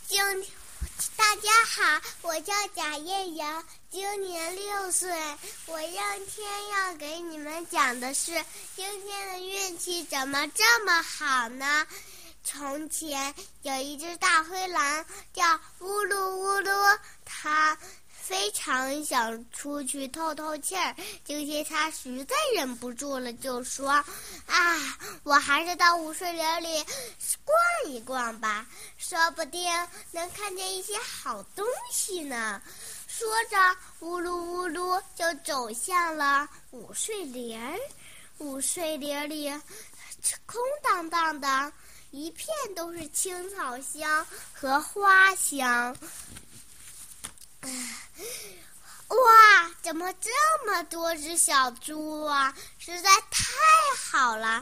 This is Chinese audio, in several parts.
大家好，我叫贾叶瑶，今年6岁。我今天要给你们讲的是今天的运气怎么这么好呢？从前有一只大灰狼叫乌噜乌噜，它非常想出去透透气儿。今天他实在忍不住了，就说：“我还是到午睡林里逛一逛吧，说不定能看见一些好东西呢。”说着，乌噜乌噜就走向了午睡林儿。午睡林里空荡荡的，一片都是青草香和花香。哇，怎么这么多只小猪啊？实在太好了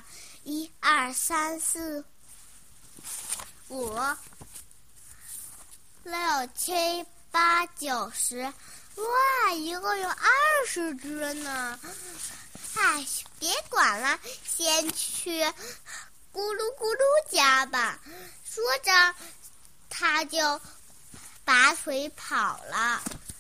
！1、2、3、4、5、6、7、8、9、10，哇，一共有20只呢！别管了，先去咕噜咕噜家吧。说着，他就拔腿跑了。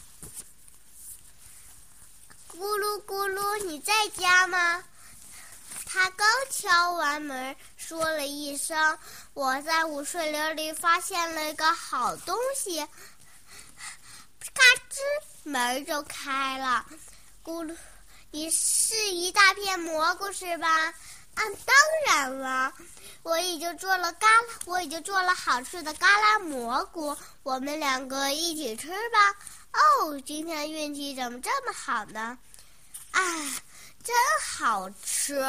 咕噜咕噜，你在家吗？他刚敲完门，说了一声：“我在午睡林里发现了一个好东西。”咔吱，门就开了。咕噜，你是一大片蘑菇是吧？当然了，我已经做了好吃的嘎啦蘑菇，我们2个一起吃吧。今天运气怎么这么好呢？真好吃，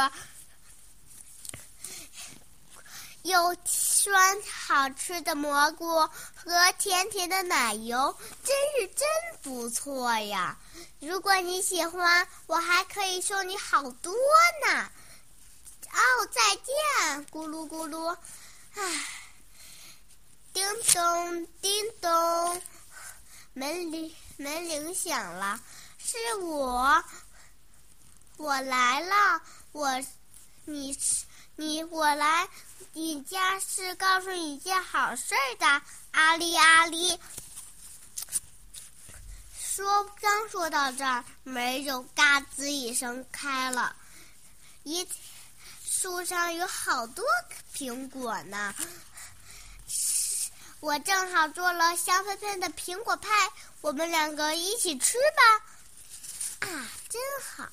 有酸好吃的蘑菇和甜甜的奶油，真不错呀！如果你喜欢，我还可以送你好多呢。再见，咕噜咕噜。叮咚叮咚，门铃响了，是我来了。我来你家是告诉你一件好事的，阿哩阿哩。刚说到这儿，门就嘎吱一声开了。树上有好多苹果呢，我正好做了香喷喷的苹果派，我们2个一起吃吧。真好。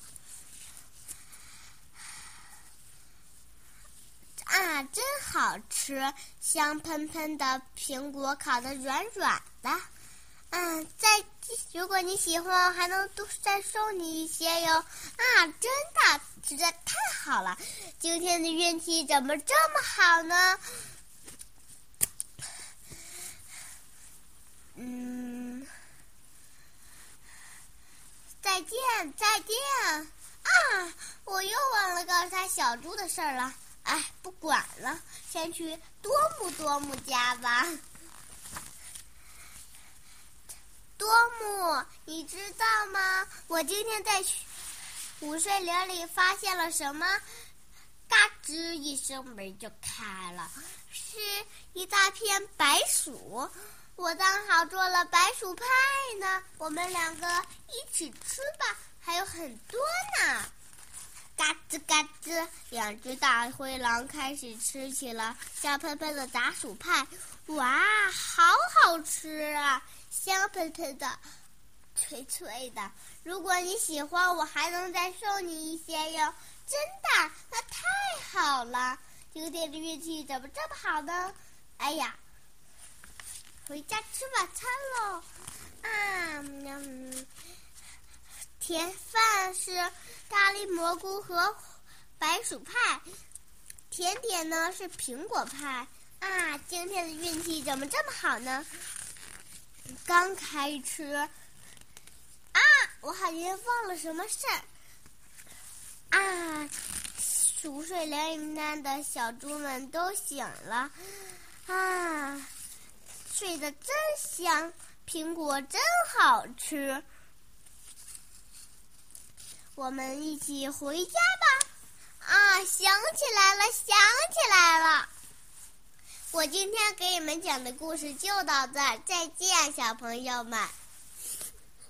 真好吃，香喷喷的苹果烤得软软的。如果你喜欢，还能再送你一些哟。真的，实在太好了！今天的运气怎么这么好呢？再见！我又忘了告诉他小猪的事儿了。不管了，先去多姆家吧。多姆，你知道吗？我今天在午睡林里发现了什么？嘎吱一声，门就开了，是一大片白薯。我刚好做了白薯派呢，我们2个一起吃吧，还有很多呢。嘎吱嘎吱，2只大灰狼开始吃起了香喷喷的炸薯派。哇，好吃啊！香喷喷的，脆脆的。如果你喜欢，我还能再送你一些哟。真的，那太好了！今天的运气怎么这么好呢？回家吃晚餐喽。甜饭是咖喱蘑菇和白薯派，甜点呢是苹果派。今天的运气怎么这么好呢？刚开吃，我好像忘了什么事儿。熟睡连连的小猪们都醒了，睡得真香，苹果真好吃。我们一起回家吧。想起来了。 我今天给你们讲的故事就到这儿，再见，小朋友们。